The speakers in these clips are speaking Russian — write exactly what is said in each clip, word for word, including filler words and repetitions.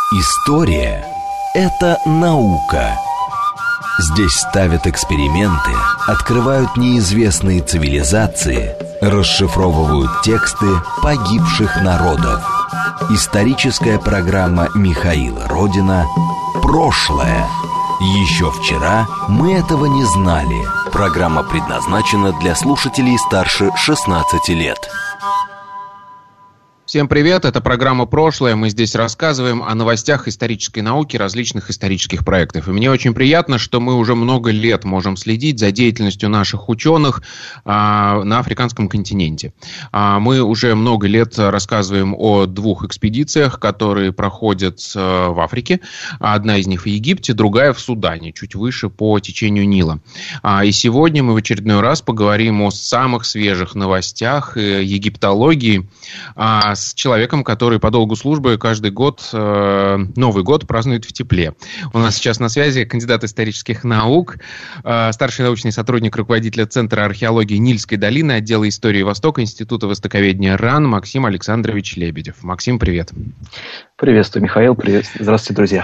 История – это наука. Здесь ставят эксперименты, открывают неизвестные цивилизации, расшифровывают тексты погибших народов. Историческая программа Михаила Родина «Прошлое». Еще вчера мы этого не знали. Программа предназначена для слушателей старше шестнадцати лет. Всем привет, это программа «Прошлое». Мы здесь рассказываем о новостях исторической науки, различных исторических проектов. И мне очень приятно, что мы уже много лет можем следить за деятельностью наших ученых а, на африканском континенте. А, мы уже много лет рассказываем о двух экспедициях, которые проходят а, в Африке. Одна из них в Египте, другая в Судане, чуть выше по течению Нила. А, и сегодня мы в очередной раз поговорим о самых свежих новостях египтологии, а, с человеком, который по долгу службы каждый год, э, Новый год празднует в тепле. У нас сейчас на связи кандидат исторических наук, э, старший научный сотрудник руководителя Центра археологии Нильской долины, отдела истории Востока, Института востоковедения РАН Максим Александрович Лебедев. Максим, привет. Приветствую, Михаил. Привет. Здравствуйте, друзья.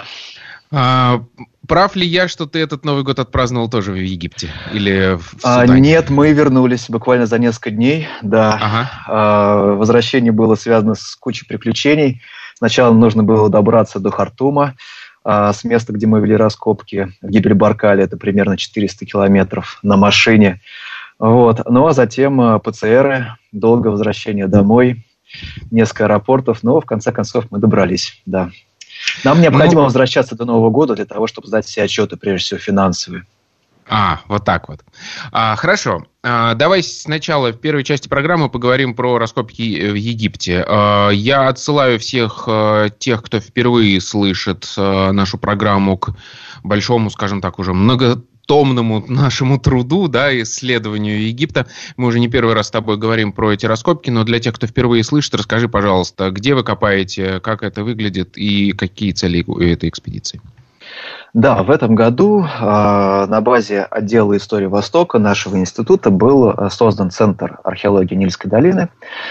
А, прав ли я, что ты этот Новый год отпраздновал тоже в Египте? Или в а, нет, мы вернулись буквально за несколько дней. Да. Ага. А, возвращение было связано с кучей приключений. Сначала нужно было добраться до Хартума, а, с места, где мы вели раскопки в Гибель-Баркале. Это примерно четыреста километров на машине. Вот. Ну а затем ПЦРы, долгое возвращение домой, несколько аэропортов. Но в конце концов мы добрались. Да. Нам необходимо ну, возвращаться до Нового года для того, чтобы сдать все отчеты, прежде всего финансовые. А, вот так вот. А, хорошо. А, давай сначала в первой части программы поговорим про раскопки в Египте. А, я отсылаю всех а, тех, кто впервые слышит а, нашу программу, к большому, скажем так, уже много... томному нашему труду, да, исследованию Египта. Мы уже не первый раз с тобой говорим про эти раскопки, но для тех, кто впервые слышит, расскажи, пожалуйста, где вы копаете, как это выглядит и какие цели у этой экспедиции? Да, в этом году э, на базе отдела истории Востока нашего института был создан Центр археологии Нильской долины.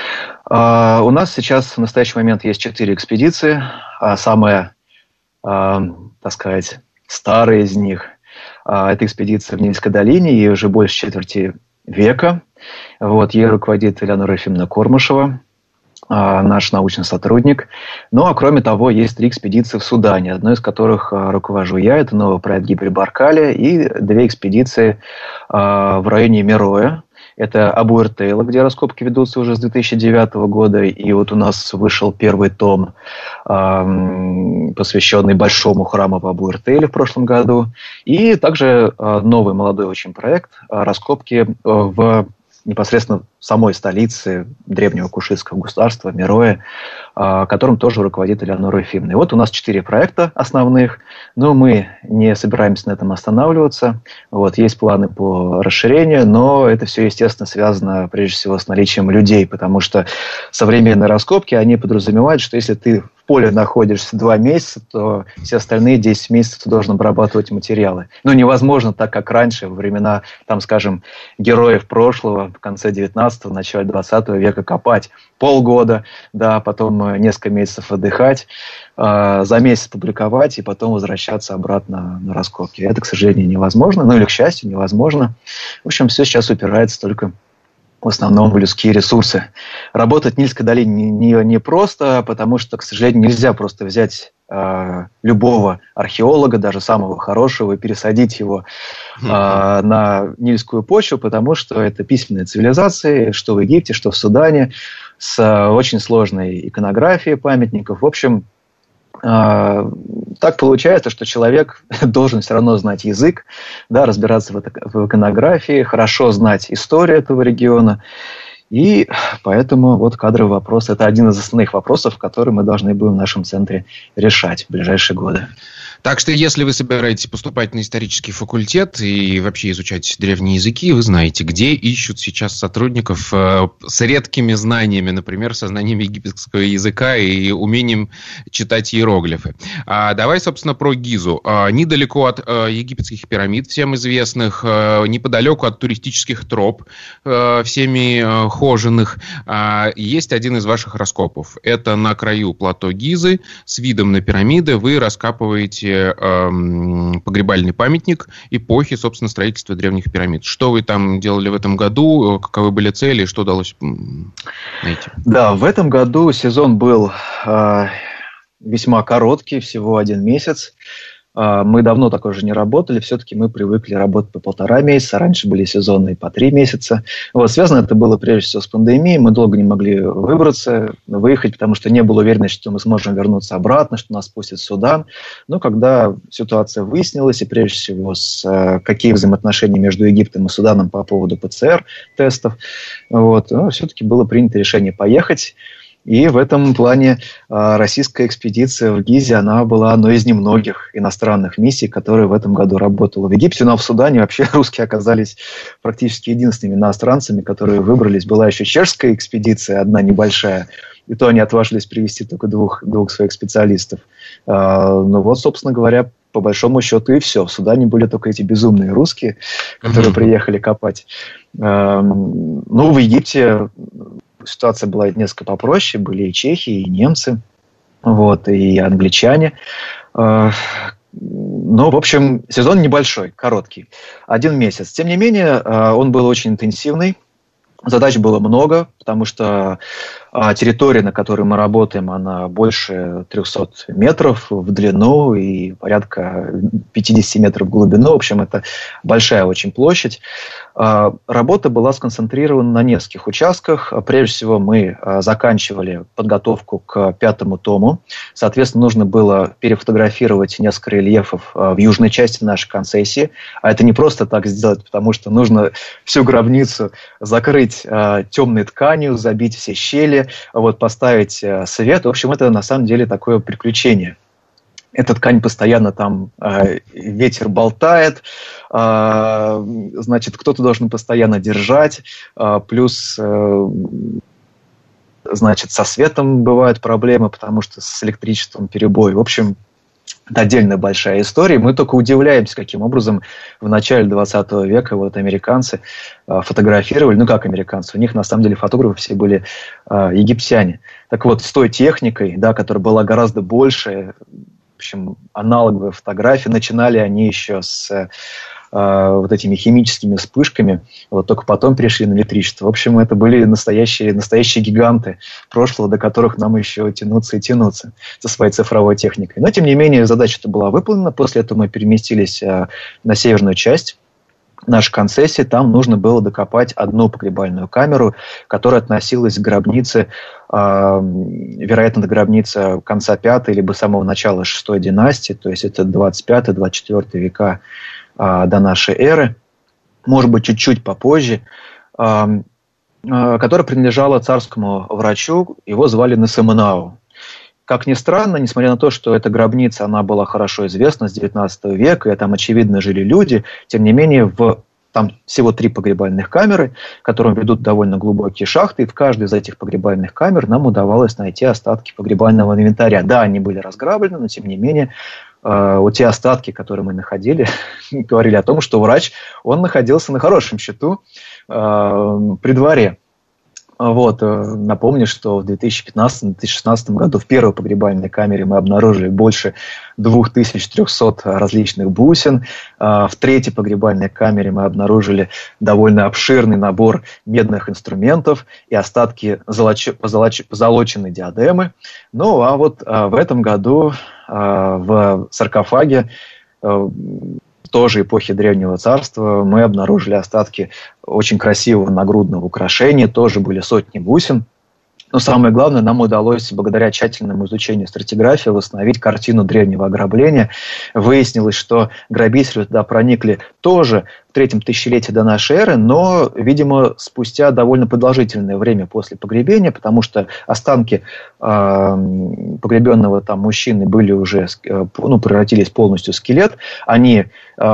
Э, у нас сейчас в настоящий момент есть четыре экспедиции. А самая, э, так сказать, старая из них – это экспедиция в Нильской долине, ей уже больше четверти века. Вот, ей руководит Элеонора Ефимовна Кормышева, наш научный сотрудник. Ну, а кроме того, есть три экспедиции в Судане, одной из которых руковожу я, это новый проект Гибель-Баркале, и две экспедиции в районе Мероя. Это Абу-эр-Тейла, где раскопки ведутся уже с две тысячи девятого года, и вот у нас вышел первый том, э, посвященный большому храму в Абу-эр-Тейле в прошлом году, и также э, новый молодой очень проект э, раскопки э, в непосредственно в самой столице древнего кушитского государства, Мерое, э, которым тоже руководит Элеонора Ефимовна. И вот у нас четыре проекта основных, но мы не собираемся на этом останавливаться. Вот, есть планы по расширению, но это все, естественно, связано прежде всего с наличием людей, потому что современные раскопки, они подразумевают, что если ты в поле находишься два месяца, то все остальные десять месяцев ты должен обрабатывать материалы. Ну, невозможно так, как раньше, во времена, там, скажем, героев прошлого, в конце девятнадцатого, начале двадцатого века копать полгода, да, потом несколько месяцев отдыхать, э, за месяц публиковать и потом возвращаться обратно на раскопки. Это, к сожалению, невозможно, ну или, к счастью, невозможно. В общем, все сейчас упирается только в основном в людские ресурсы. Работать в Нильской долине не, не, не просто, потому что, к сожалению, нельзя просто взять э, любого археолога, даже самого хорошего, и пересадить его э, на нильскую почву, потому что это письменные цивилизации, что в Египте, что в Судане, с э, очень сложной иконографией памятников. В общем, так получается, что человек должен все равно знать язык, да, разбираться в, в иконографии, хорошо знать историю этого региона. И поэтому вот кадровый вопрос – это один из основных вопросов, которые мы должны будем в нашем центре решать в ближайшие годы. Так что, если вы собираетесь поступать на исторический факультет и вообще изучать древние языки, вы знаете, где ищут сейчас сотрудников э, с редкими знаниями, например, со знанием египетского языка и умением читать иероглифы. А давай, собственно, про Гизу. А, недалеко от э, египетских пирамид, всем известных, э, неподалеку от туристических троп, э, всеми э, хоженых, э, есть один из ваших раскопов. Это на краю плато Гизы с видом на пирамиды. Вы раскапываете э, погребальный памятник эпохи, собственно, строительства древних пирамид. Что вы там делали в этом году? Каковы были цели? Что удалось найти? Да, в этом году сезон был э, весьма короткий, всего один месяц. Мы давно так уже не работали, все-таки мы привыкли работать по полтора месяца, раньше были сезонные по три месяца. Вот, связано это было прежде всего с пандемией, мы долго не могли выбраться, выехать, потому что не было уверенности, что мы сможем вернуться обратно, что нас пустят в Судан. Но когда ситуация выяснилась, и прежде всего с, какие взаимоотношения между Египтом и Суданом по поводу ПЦР-тестов, вот, ну, все-таки было принято решение поехать. И в этом плане э, российская экспедиция в Гизе, она была одной из немногих иностранных миссий, которые в этом году работала в Египте. Но в Судане вообще русские оказались практически единственными иностранцами, которые выбрались. Была еще чешская экспедиция, одна небольшая, и то они отважились привести только двух, двух своих специалистов. Э, ну вот, собственно говоря, по большому счету и все. В Судане были только эти безумные русские, которые mm-hmm. приехали копать. Э, ну, в Египте ситуация была несколько попроще. Были и чехи, и немцы, вот, и англичане. Ну, в общем, сезон небольшой, короткий. Один месяц. Тем не менее, он был очень интенсивный. Задач было много, потому что территория, на которой мы работаем, она больше трехсот метров в длину и порядка пятьдесят метров в глубину. В общем, это большая очень площадь. Работа была сконцентрирована на нескольких участках. Прежде всего, мы заканчивали подготовку к пятому тому. Соответственно, нужно было перефотографировать несколько рельефов в южной части нашей концессии. А это не просто так сделать, потому что нужно всю гробницу закрыть темной тканью, забить все щели, вот, поставить свет. В общем, это на самом деле такое приключение. Эта ткань постоянно там, э, ветер болтает, э, значит, кто-то должен постоянно держать, э, плюс, э, значит, со светом бывают проблемы, потому что с электричеством перебой. В общем, это отдельная большая история. Мы только удивляемся, каким образом в начале двадцатого века вот американцы э, фотографировали. Ну, как американцы? У них, на самом деле, фотографы все были э, египтяне. Так вот, с той техникой, да, которая была гораздо больше, в общем, аналоговые фотографии, начинали они еще с э, вот этими химическими вспышками, вот только потом перешли на электричество. В общем, это были настоящие, настоящие гиганты прошлого, до которых нам еще тянуться и тянуться со своей цифровой техникой. Но, тем не менее, задача-то была выполнена. После этого мы переместились э, на северную часть нашей концессии. Там нужно было докопать одну погребальную камеру, которая относилась к гробнице, э, вероятно, до гробницы конца пятой либо самого начала шестой династии, то есть это двадцать пятый - двадцать четвёртый века э, до нашей эры, может быть, чуть-чуть попозже, э, э, которая принадлежала царскому врачу, его звали Несеменау. Как ни странно, несмотря на то, что эта гробница, она была хорошо известна с девятнадцатого века, и там, очевидно, жили люди, тем не менее, в, там всего три погребальных камеры, которым ведут довольно глубокие шахты, и в каждой из этих погребальных камер нам удавалось найти остатки погребального инвентаря. Да, они были разграблены, но, тем не менее, э, вот те остатки, которые мы находили, говорили о том, что врач, он находился на хорошем счету э, при дворе. Вот, напомню, что в две тысячи пятнадцатом - две тысячи шестнадцатом году в первой погребальной камере мы обнаружили больше две тысячи триста различных бусин. В третьей погребальной камере мы обнаружили довольно обширный набор медных инструментов и остатки золоч... позолоч... позолоченной диадемы. Ну, а вот в этом году в саркофаге тоже эпохи Древнего Царства мы обнаружили остатки очень красивого нагрудного украшения, тоже были сотни бусин. Но самое главное, нам удалось, благодаря тщательному изучению стратиграфии, восстановить картину древнего ограбления. Выяснилось, что грабители туда проникли тоже третьем тысячелетии до нашей эры, но, видимо, спустя довольно продолжительное время после погребения, потому что останки э, погребенного там мужчины были уже, э, ну, превратились полностью в скелет. Они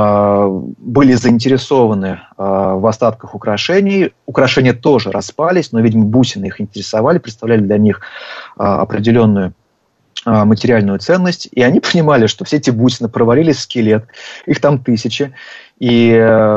э, были заинтересованы э, в остатках украшений. Украшения тоже распались, но, видимо, бусины их интересовали, представляли для них э, определенную материальную ценность, и они понимали, что все эти бусины провалились в скелет, их там тысячи, и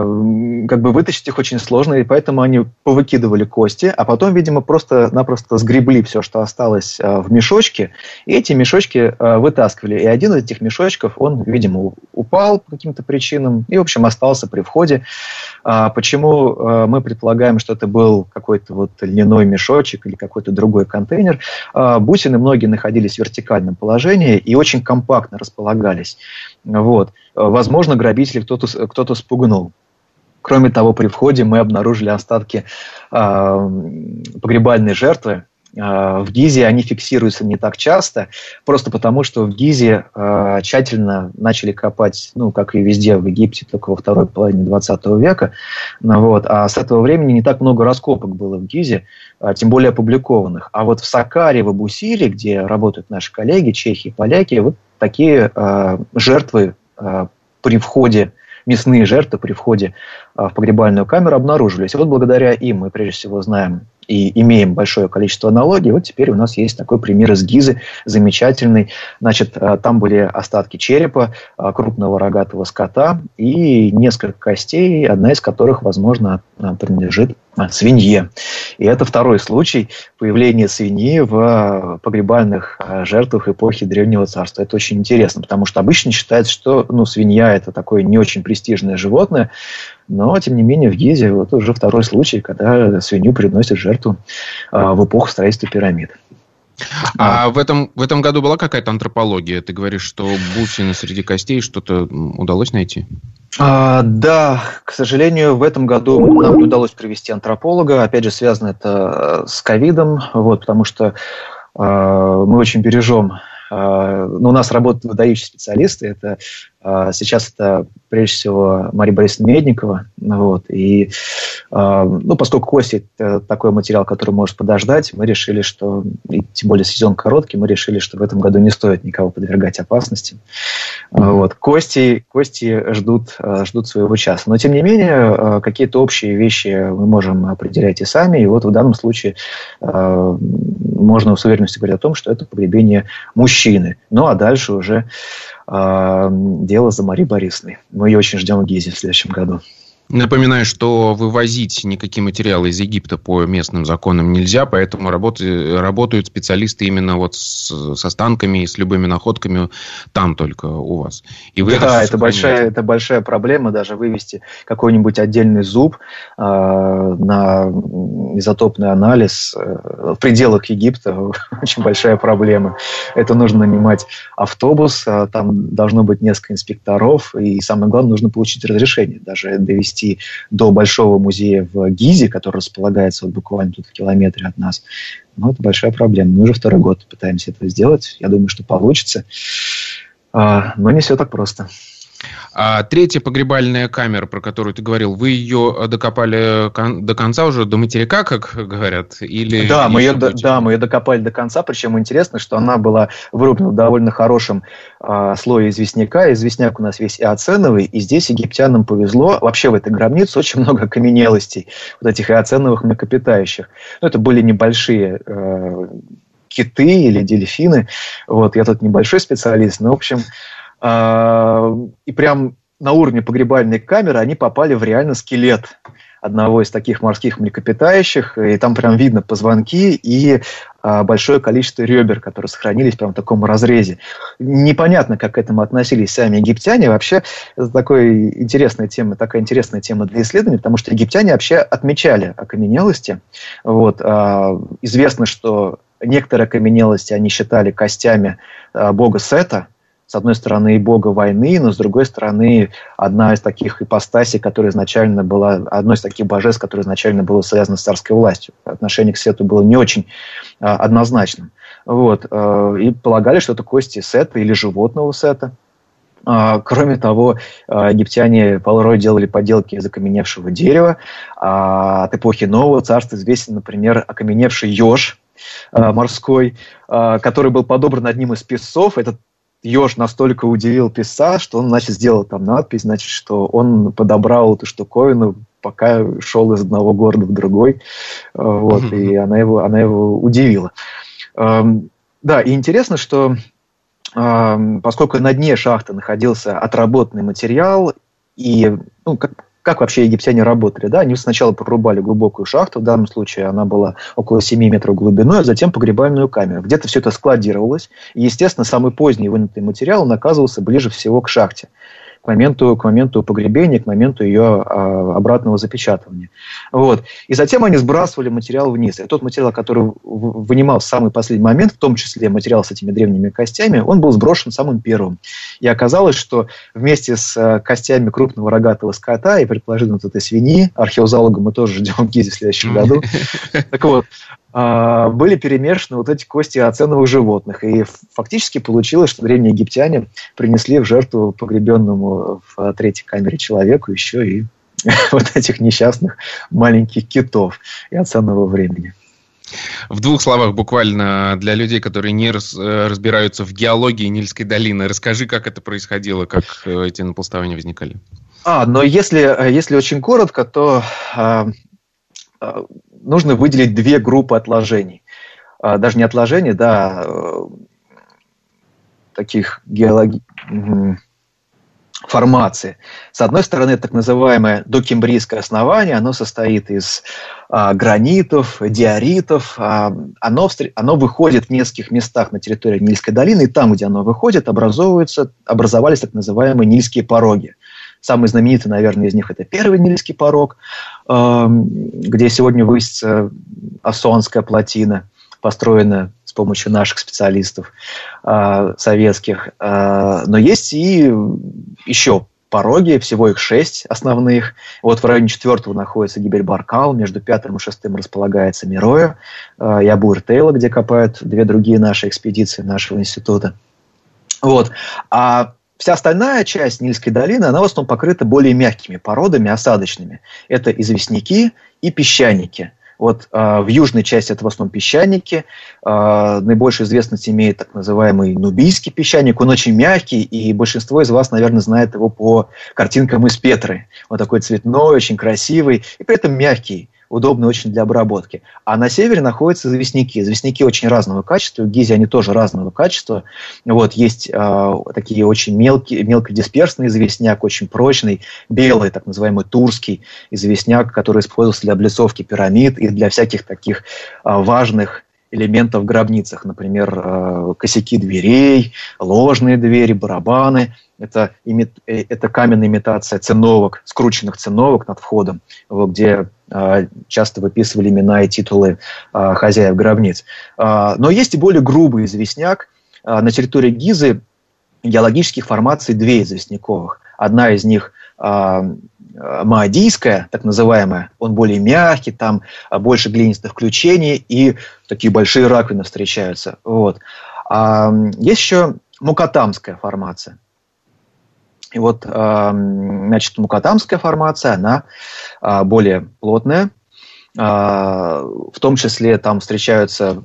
э, как бы вытащить их очень сложно, и поэтому они повыкидывали кости, а потом, видимо, просто-напросто сгребли все, что осталось э, в мешочке, и эти мешочки э, вытаскивали. И один из этих мешочков, он, видимо, упал по каким-то причинам, и, в общем, остался при входе. А почему э, мы предполагаем, что это был какой-то вот льняной мешочек или какой-то другой контейнер? Э, бусины многие находились в вертикальном положении и очень компактно располагались. Вот. Возможно, грабителей кто-то, кто-то спугнул. Кроме того, при входе мы обнаружили остатки э, погребальной жертвы. Э, в Гизе они фиксируются не так часто, просто потому, что в Гизе э, тщательно начали копать, ну, как и везде в Египте, только во второй половине двадцатого века. Ну, вот. А с этого времени не так много раскопок было в Гизе, э, тем более опубликованных. А вот в Саккаре, в Абу-Сире, где работают наши коллеги, чехи и поляки, вот такие э, жертвы э, при входе, мясные жертвы при входе э, в погребальную камеру обнаружились. И вот благодаря им мы прежде всего знаем и имеем большое количество аналогий. Вот теперь у нас есть такой пример из Гизы, замечательный. Значит, там были остатки черепа, крупного рогатого скота и несколько костей, одна из которых, возможно, принадлежит свинье. И это второй случай появления свиньи в погребальных жертвах эпохи Древнего Царства. Это очень интересно, потому что обычно считается, что ну, свинья – это такое не очень престижное животное, но, тем не менее, в Гизе вот уже второй случай, когда свинью приносят жертву а, в эпоху строительства пирамид. А, а в этом, в этом году была какая-то антропология? Ты говоришь, что бусины среди костей, что-то удалось найти? А, да, к сожалению, в этом году нам не удалось привести антрополога. Опять же, связано это с ковидом, вот, потому что а, мы очень бережем. А, ну, у нас работают выдающие специалисты. Это, а, сейчас это, прежде всего, Мария Борисовна Медникова. Вот, и, а, ну, поскольку кости – это такой материал, который может подождать, мы решили, что, и тем более сезон короткий, мы решили, что в этом году не стоит никого подвергать опасности. Mm-hmm. Вот, кости, кости ждут, ждут своего часа. Но, тем не менее, какие-то общие вещи мы можем определять и сами. И вот в данном случае а, можно с уверенностью говорить о том, что это погребение мужчины. Ну, а дальше уже э, дело за Марией Борисовной. Мы ее очень ждем в Гизе в следующем году. Напоминаю, что вывозить никакие материалы из Египта по местным законам нельзя, поэтому работы, работают специалисты именно вот с, с останками и с любыми находками там только у вас. И вы да, это, это, большая, это большая проблема, даже вывести какой-нибудь отдельный зуб э, на изотопный анализ э, в пределах Египта очень большая проблема. Это нужно нанимать автобус, э, там должно быть несколько инспекторов, и самое главное, нужно получить разрешение, даже довести до Большого музея в Гизе, который располагается вот буквально тут в километре от нас. Но это большая проблема. Мы уже второй год пытаемся это сделать. Я думаю, что получится. Но не все так просто. А третья погребальная камера, про которую ты говорил, вы ее докопали до конца уже, до материка, как говорят? Или да, мы ее, да, мы ее докопали до конца, причем интересно, что она была вырублена в довольно хорошем э, слое известняка. Известняк у нас весь эоценовый, и здесь египтянам повезло. Вообще в этой гробнице очень много окаменелостей, вот этих эоценовых млекопитающих. Ну, это были небольшие э, киты или дельфины. Вот, я тут небольшой специалист, но, в общем... И прям на уровне погребальной камеры они попали в реально скелет одного из таких морских млекопитающих. И там прям видно позвонки и большое количество ребер, которые сохранились прям в таком разрезе. Непонятно, как к этому относились сами египтяне. Вообще, это такая интересная тема, такая интересная тема для исследований, потому что египтяне вообще отмечали окаменелости. Вот. Известно, что некоторые окаменелости они считали костями бога Сета. С одной стороны, и бога войны, но с другой стороны, одна из таких ипостасей, которая изначально была, одно из таких божеств, которое изначально было связано с царской властью. Отношение к Сету было не очень а, однозначным. Вот. А, и полагали, что это кости Сета или животного Сета. Кроме того, египтяне порой делали поделки из окаменевшего дерева. От эпохи Нового Царства известен, например, окаменевший еж морской, который был подобран одним из писцов. Этот еж настолько удивил писца, что он, значит, сделал там надпись, значит, что он подобрал эту штуковину, пока шел из одного города в другой. Вот, mm-hmm. И она его, она его удивила. Да, и интересно, что поскольку на дне шахты находился отработанный материал, и ну, как, как вообще египтяне работали, да, они сначала прорубали глубокую шахту, в данном случае она была около семи метров глубиной, а затем погребальную камеру. Где-то все это складировалось, и, естественно, самый поздний вынутый материал, он оказывался ближе всего к шахте, к моменту, к моменту погребения, к моменту ее а, обратного запечатывания. Вот. И затем они сбрасывали материал вниз. И тот материал, который вынимал в самый последний момент, в том числе материал с этими древними костями, он был сброшен самым первым. И оказалось, что вместе с костями крупного рогатого скота и, предположительно, вот этой свиньи, археозоолога мы тоже ждем в Гизе в следующем году, так вот, были перемешаны вот эти кости оценовых животных. И фактически получилось, что древние египтяне принесли в жертву погребенному в третьей камере человеку еще и вот этих несчастных маленьких китов и оценового времени. В двух словах буквально для людей, которые не раз, разбираются в геологии Нильской долины, расскажи, как это происходило, как эти напластования возникали. А, но если, если очень коротко, то а, а, нужно выделить две группы отложений. А, даже не отложений, да, а, таких геологи... формации. С одной стороны, это так называемое докембрийское основание, оно состоит из а, гранитов, диоритов, а, оно, оно выходит в нескольких местах на территории Нильской долины, и там, где оно выходит, образовываются, образовались так называемые Нильские пороги. Самый знаменитый, наверное, из них это первый Нильский порог, а, где сегодня высится Асуанская плотина, построенная с помощью наших специалистов э, советских. Э, но есть и еще пороги, всего их шесть основных. Вот в районе четвертого находится Гибель-Баркал, между пятым и шестым располагается Мироя э, и Абу-эр-Тейла, где копают две другие наши экспедиции нашего института. Вот. А вся остальная часть Нильской долины, она в основном покрыта более мягкими породами, осадочными. Это известняки и песчаники. Вот э, в южной части это в основном песчаники. Э, наибольшую известность имеет так называемый нубийский песчаник. Он очень мягкий, и большинство из вас, наверное, знает его по картинкам из Петры. Он такой цветной, очень красивый, и при этом мягкий, удобный очень для обработки. А на севере находятся известняки. Известняки очень разного качества. В Гизе они тоже разного качества. Вот, есть э, такие очень мелкие, мелкодисперсный известняк, очень прочный, белый, так называемый турский известняк, который использовался для облицовки пирамид и для всяких таких э, важных элементов в гробницах. Например, э, косяки дверей, ложные двери, барабаны. Это, это каменная имитация циновок, скрученных циновок над входом, где э, часто выписывали имена и титулы э, хозяев гробниц. Э, но есть и более грубый известняк. Э, на территории Гизы геологических формаций две известняковых. Одна из них э, маадийская, так называемая, он более мягкий, там больше глинистых включений и такие большие раковины встречаются. Вот. А есть еще мукатамская формация. И вот, значит, мукатамская формация, она более плотная, в том числе там встречаются,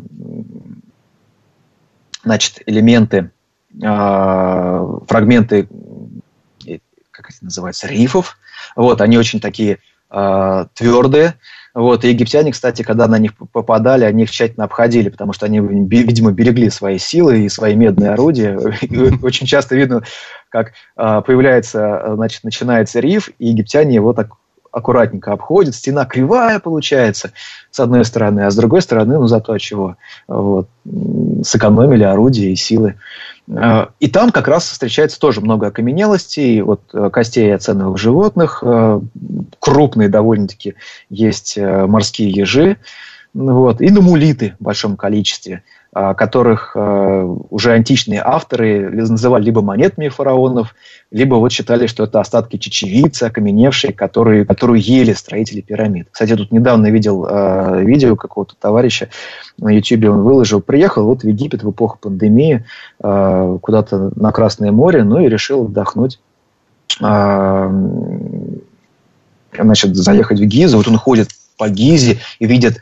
значит, элементы, фрагменты, как это называется, рифов. Вот, они очень такие твердые. Вот, и египтяне, кстати, когда на них попадали, они их тщательно обходили, потому что они, видимо, берегли свои силы и свои медные орудия. И очень часто видно, как а, появляется, значит, начинается риф, и египтяне его так аккуратненько обходят. Стена кривая получается, с одной стороны, а с другой стороны, ну, зато чего? Вот, сэкономили орудия и силы. И там как раз встречается тоже много окаменелостей, вот, костей оценовых животных, крупные довольно-таки есть морские ежи, вот, и намулиты в большом количестве. которых уже античные авторы называли либо монетами фараонов, либо вот считали, что это остатки чечевицы, окаменевшие, которые, которую ели строители пирамид. Кстати, я тут недавно видел э, видео какого-то товарища на Ютьюбе, он выложил, приехал вот в Египет в эпоху пандемии э, куда-то на Красное море, ну и решил отдохнуть, э, значит, заехать в Гизу. Вот он ходит по Гизе и видит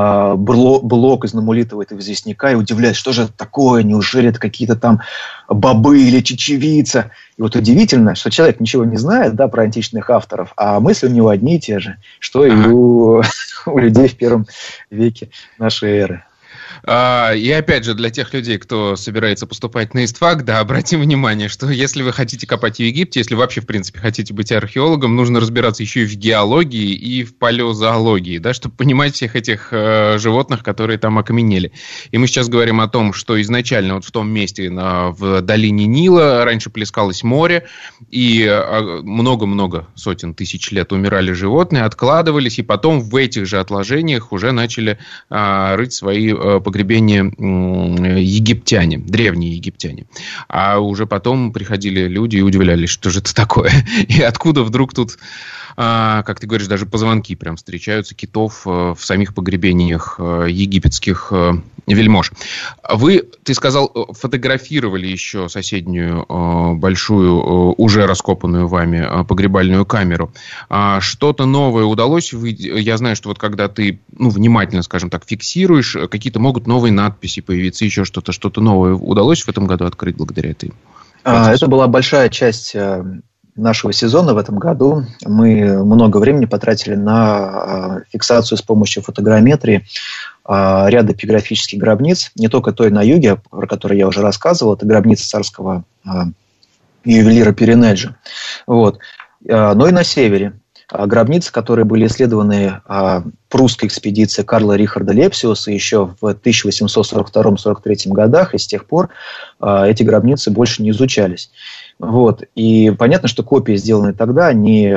блок из намулитового этого известняка и удивляется, что же это такое, неужели это какие-то там бобы или чечевица. И вот удивительно, что человек ничего не знает, да, про античных авторов, а мысли у него одни и те же, что и у, у людей в первом веке нашей эры. И опять же, для тех людей, кто собирается поступать на ИСТФАК, да, обратим внимание, что если вы хотите копать в Египте, если вы вообще, в принципе, хотите быть археологом, нужно разбираться еще и в геологии, и в палеозоологии, да, чтобы понимать всех этих э, животных, которые там окаменели. И мы сейчас говорим о том, что изначально вот в том месте, на, в долине Нила, раньше плескалось море, и много-много сотен тысяч лет умирали животные, откладывались, и потом в этих же отложениях уже начали э, рыть свои э, погребения египтяне, древние египтяне. А уже потом приходили люди и удивлялись, что же это такое. И откуда вдруг тут, как ты говоришь, даже позвонки прям встречаются китов в самих погребениях египетских вельмож. Вы, ты сказал, фотографировали еще соседнюю большую, уже раскопанную вами погребальную камеру. Что-то новое удалось? Я знаю, что вот когда ты, ну, внимательно, скажем так, фиксируешь, какие-то могут новые надписи появиться, еще что-то, что-то новое удалось в этом году открыть благодаря этой процессу? Это была большая часть нашего сезона в этом году. Мы много времени потратили на фиксацию с помощью фотограмметрии ряда эпиграфических гробниц, не только той на юге, про которую я уже рассказывал, это гробница царского ювелира Перинеджи, вот, но и на севере. Гробницы, которые были исследованы прусской экспедицией Карла Рихарда Лепсиуса еще в тысяча восемьсот сорок втором — сорок третьем годах, и с тех пор эти гробницы больше не изучались. Вот. И понятно, что копии, сделанные тогда, они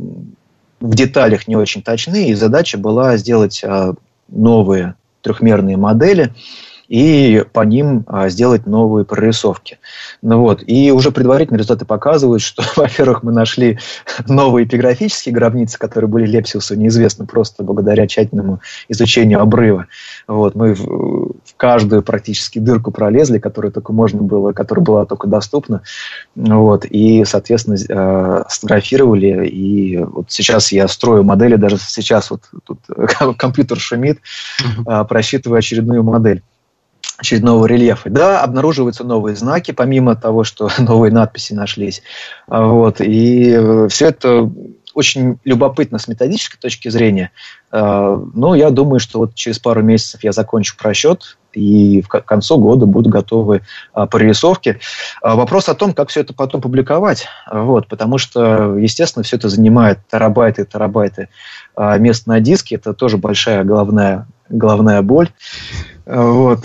в деталях не очень точны, и задача была сделать новые трехмерные модели и по ним а, сделать новые прорисовки. Ну, вот. И уже предварительные результаты показывают, что, во-первых, мы нашли новые эпиграфические гробницы, которые были Лепсиусу неизвестны просто благодаря тщательному изучению обрыва. Вот. Мы в, в каждую практически дырку пролезли, которую только можно было, которая была только доступна. Вот. И, соответственно, э, сфотографировали. И вот сейчас я строю модели, даже сейчас вот тут компьютер шумит, э, просчитывая очередную модель очередного рельефа. Да, обнаруживаются новые знаки, помимо того, что новые надписи нашлись. Вот. И все это очень любопытно с методической точки зрения. Но я думаю, что вот через пару месяцев я закончу просчет, и к концу года будут готовы прорисовки. Вопрос о том, как все это потом публиковать. Вот, потому что, естественно, все это занимает терабайты и терабайты мест на диске. Это тоже большая головная, головная боль. Вот.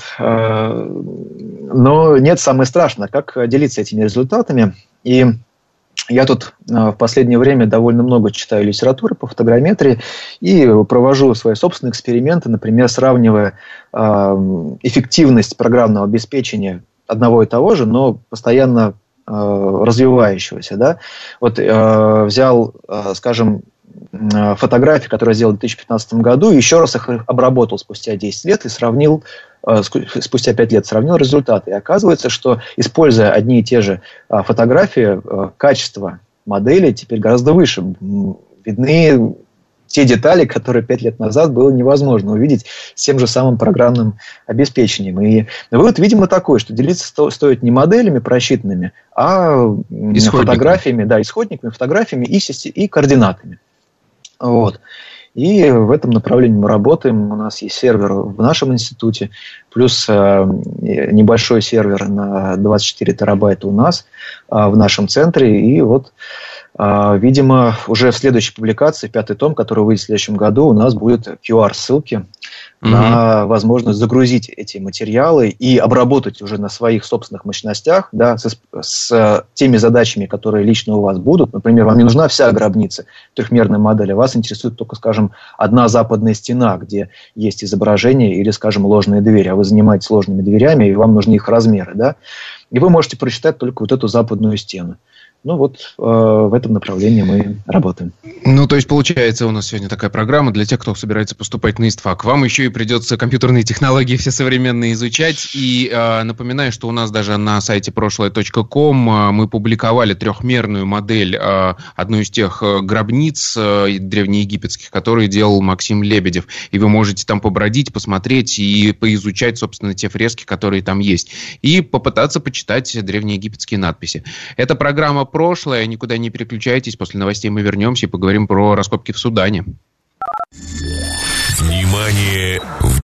Но нет, самое страшное, как делиться этими результатами. И я тут в последнее время довольно много читаю литературы по фотограмметрии и провожу свои собственные эксперименты, например, сравнивая эффективность программного обеспечения одного и того же, но постоянно развивающегося. Да? Вот взял, скажем, фотографии, которые я сделал в две тысячи пятнадцатом году, и еще раз их обработал спустя десять лет и сравнил, спустя пять лет сравнил результаты. И оказывается, что, используя одни и те же фотографии, качество модели теперь гораздо выше. Видны те детали, которые пять лет назад было невозможно увидеть с тем же самым программным обеспечением. И вывод, видимо, такой, что делиться сто, стоит не моделями просчитанными, а фотографиями, да, исходниками, фотографиями и, и координатами. Вот. И в этом направлении мы работаем. У нас есть сервер в нашем институте, плюс э, небольшой сервер на двадцать четыре терабайта у нас э, в нашем центре. И вот, э, видимо, уже в следующей публикации, пятый том, который выйдет в следующем году, у нас будут ку ар-ссылки mm-hmm. на возможность загрузить эти материалы и обработать уже на своих собственных мощностях, да, с, с теми задачами, которые лично у вас будут. Например, вам не нужна вся гробница трехмерной модели, вас интересует только, скажем, одна западная стена, где есть изображение или, скажем, ложные двери, а вы занимаетесь ложными дверями, и вам нужны их размеры, да, и вы можете прочитать только вот эту западную стену. Ну вот э, в этом направлении мы работаем. Ну, то есть, получается, у нас сегодня такая программа для тех, кто собирается поступать на ИСТФАК. Вам еще и придется компьютерные технологии все современные изучать. И э, напоминаю, что у нас даже на сайте прошлое точка ком э, мы публиковали трехмерную модель э, одной из тех э, гробниц э, древнеегипетских, которые делал Максим Лебедев. И вы можете там побродить, посмотреть и поизучать, собственно, те фрески, которые там есть. И попытаться почитать древнеегипетские надписи. Эта программа прошлое. Никуда не переключайтесь. После новостей мы вернемся и поговорим про раскопки в Судане. Внимание!